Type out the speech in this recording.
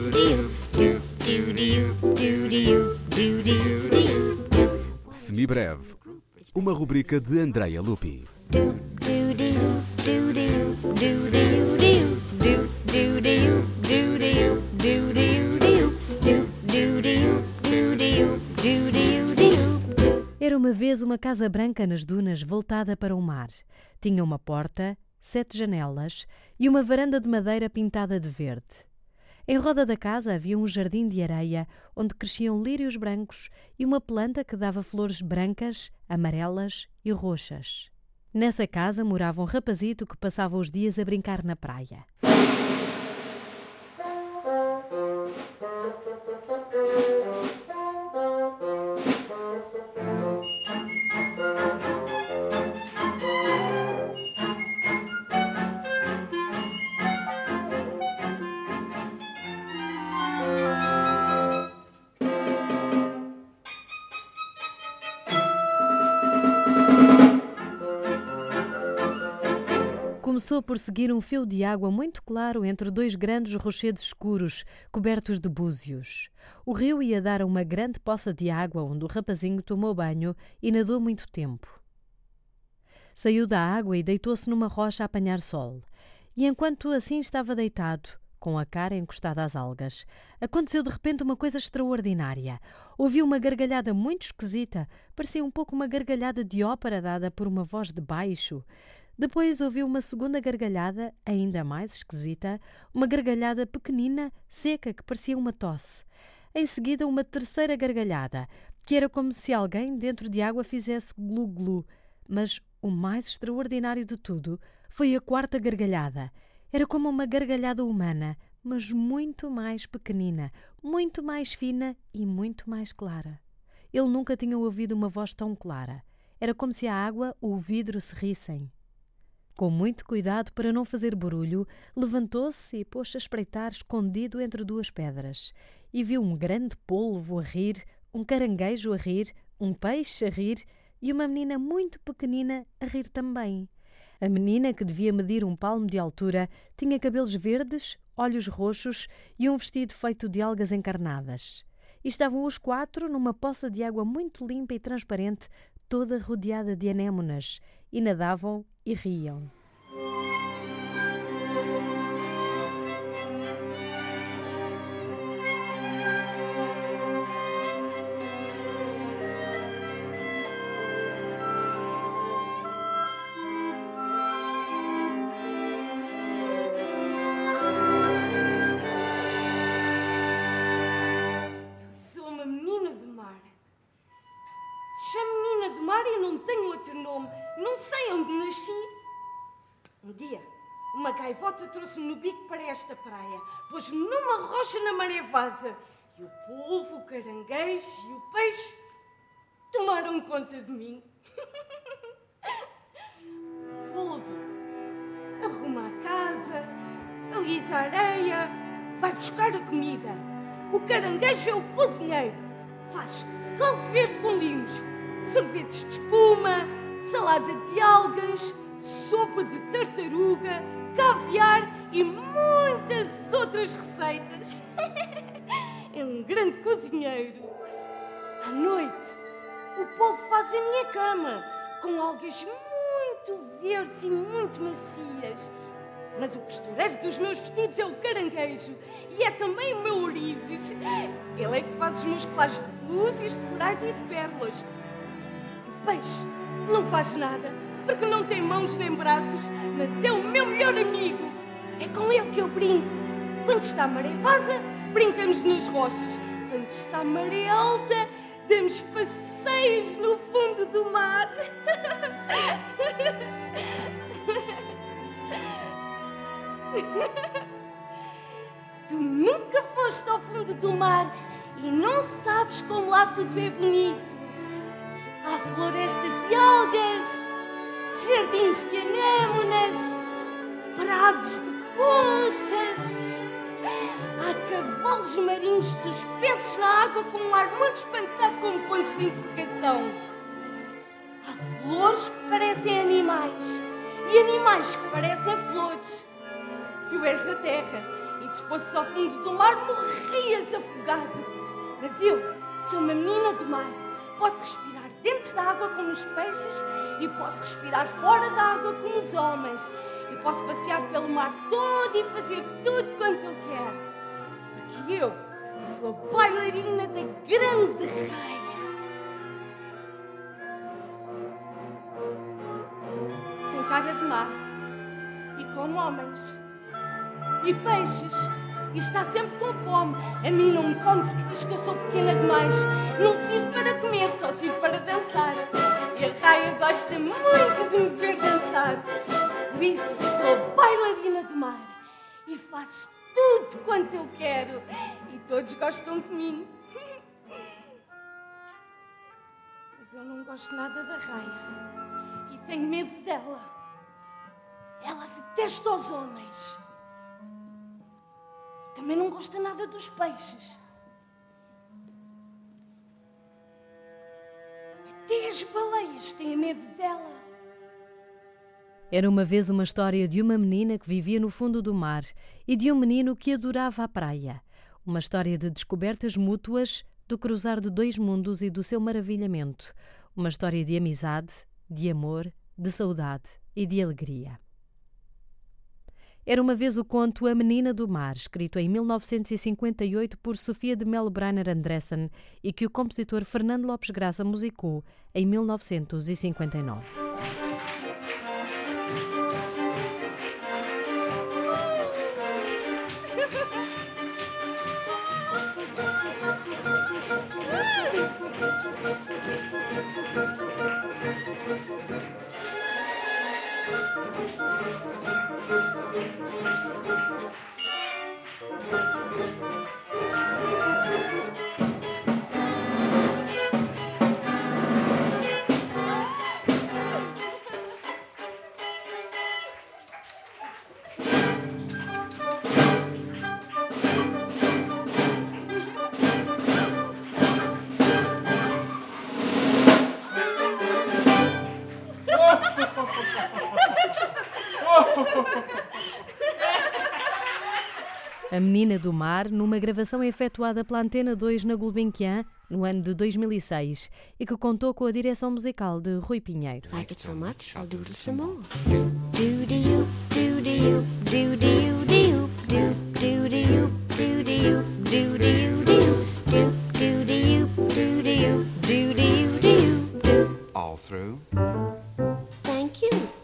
Semibreve, uma rubrica de Andreia Lupi. Era uma vez uma casa branca nas dunas voltada para o mar. Tinha uma porta, 7 janelas e uma varanda de madeira pintada de verde. Em roda da casa havia um jardim de areia onde cresciam lírios brancos e uma planta que dava flores brancas, amarelas e roxas. Nessa casa morava um rapazito que passava os dias a brincar na praia. Começou por seguir um fio de água muito claro entre 2 grandes rochedos escuros, cobertos de búzios. O rio ia dar a uma grande poça de água onde o rapazinho tomou banho e nadou muito tempo. Saiu da água e deitou-se numa rocha a apanhar sol. E enquanto assim estava deitado, com a cara encostada às algas, aconteceu de repente uma coisa extraordinária. Ouviu uma gargalhada muito esquisita, parecia um pouco uma gargalhada de ópera dada por uma voz de baixo. Depois ouviu uma segunda gargalhada, ainda mais esquisita, uma gargalhada pequenina, seca, que parecia uma tosse. Em seguida, uma terceira gargalhada, que era como se alguém dentro de água fizesse glu-glu. Mas o mais extraordinário de tudo foi a quarta gargalhada. Era como uma gargalhada humana, mas muito mais pequenina, muito mais fina e muito mais clara. Ele nunca tinha ouvido uma voz tão clara. Era como se a água ou o vidro se rissem. Com muito cuidado para não fazer barulho, levantou-se e pôs-se a espreitar escondido entre 2 pedras. E viu um grande polvo a rir, um caranguejo a rir, um peixe a rir e uma menina muito pequenina a rir também. A menina, que devia medir 1 palmo de altura, tinha cabelos verdes, olhos roxos e um vestido feito de algas encarnadas. E estavam os 4 numa poça de água muito limpa e transparente, toda rodeada de anémonas, e nadavam e riam. Sou uma menina de mar. Chamo menina de mar e não tenho outro nome. Não sei onde nasci. Um dia, uma gaivota trouxe-me no bico para esta praia. Pôs-me numa rocha na maré vaza. E o polvo, o caranguejo e o peixe tomaram conta de mim. Polvo arruma a casa, alisa a areia, vai buscar a comida. O caranguejo é o cozinheiro. Faz caldo verde com limos, sorvetes de espuma, salada de algas, sopa de tartaruga, caviar e muitas outras receitas. É um grande cozinheiro. À noite, o polvo faz a minha cama, com algas muito verdes e muito macias. Mas o costureiro dos meus vestidos é o caranguejo e é também o meu ourives. Ele é que faz os meus colares de búzios, de corais e de pérolas. O peixe não faz nada, porque não tem mãos nem braços, mas é o meu melhor amigo. É com ele que eu brinco. Quando está a maré vaza, brincamos nas rochas. Quando está a maré alta, damos passeios no fundo do mar. Tu nunca foste ao fundo do mar e não sabes como lá tudo é bonito. Há florestas de algas, jardins de anémonas, prados de conchas. Há cavalos marinhos suspensos na água com um ar muito espantado com pontos de interrogação. Há flores que parecem animais e animais que parecem flores. Tu és da terra E se fosse ao fundo do mar, morrias afogado. Mas eu sou uma menina do mar. Posso respirar dentro da água como os peixes e posso respirar fora da água como os homens. E posso passear pelo mar todo e fazer tudo quanto eu quero. Porque eu sou a bailarina da grande raia. Tem cara de mar e come homens e peixes. E está sempre com fome. A mim não me come porque diz que eu sou pequena demais. Não sirvo para comer, só sirvo para dançar. E a raia gosta muito de me ver dançar. Por isso sou a bailarina do mar. E faço tudo quanto eu quero. E todos gostam de mim. Mas eu não gosto nada da raia. E tenho medo dela. Ela detesta os homens. Também não gosta nada dos peixes. Até as baleias têm medo dela. Era uma vez uma história de uma menina que vivia no fundo do mar e de um menino que adorava a praia. Uma história de descobertas mútuas, do cruzar de dois mundos e do seu maravilhamento. Uma história de amizade, de amor, de saudade e de alegria. Era uma vez o conto A Menina do Mar, escrito em 1958 por Sofia de Mello-Briner Andressen e que o compositor Fernando Lopes Graça musicou em 1959. A Menina do Mar, numa gravação efetuada pela Antena 2 na Gulbenkian, no ano de 2006, e que contou com a direção musical de Rui Pinheiro. Like it so much, I'll doodle some more. Do-de-oop, do-de-oop, do-de-oop, do-de-oop, do-de-oop, do-de-oop, do-de-oop, do-de-oop, do-de-oop, do-de-oop, do-de-oop. All through. Thank you.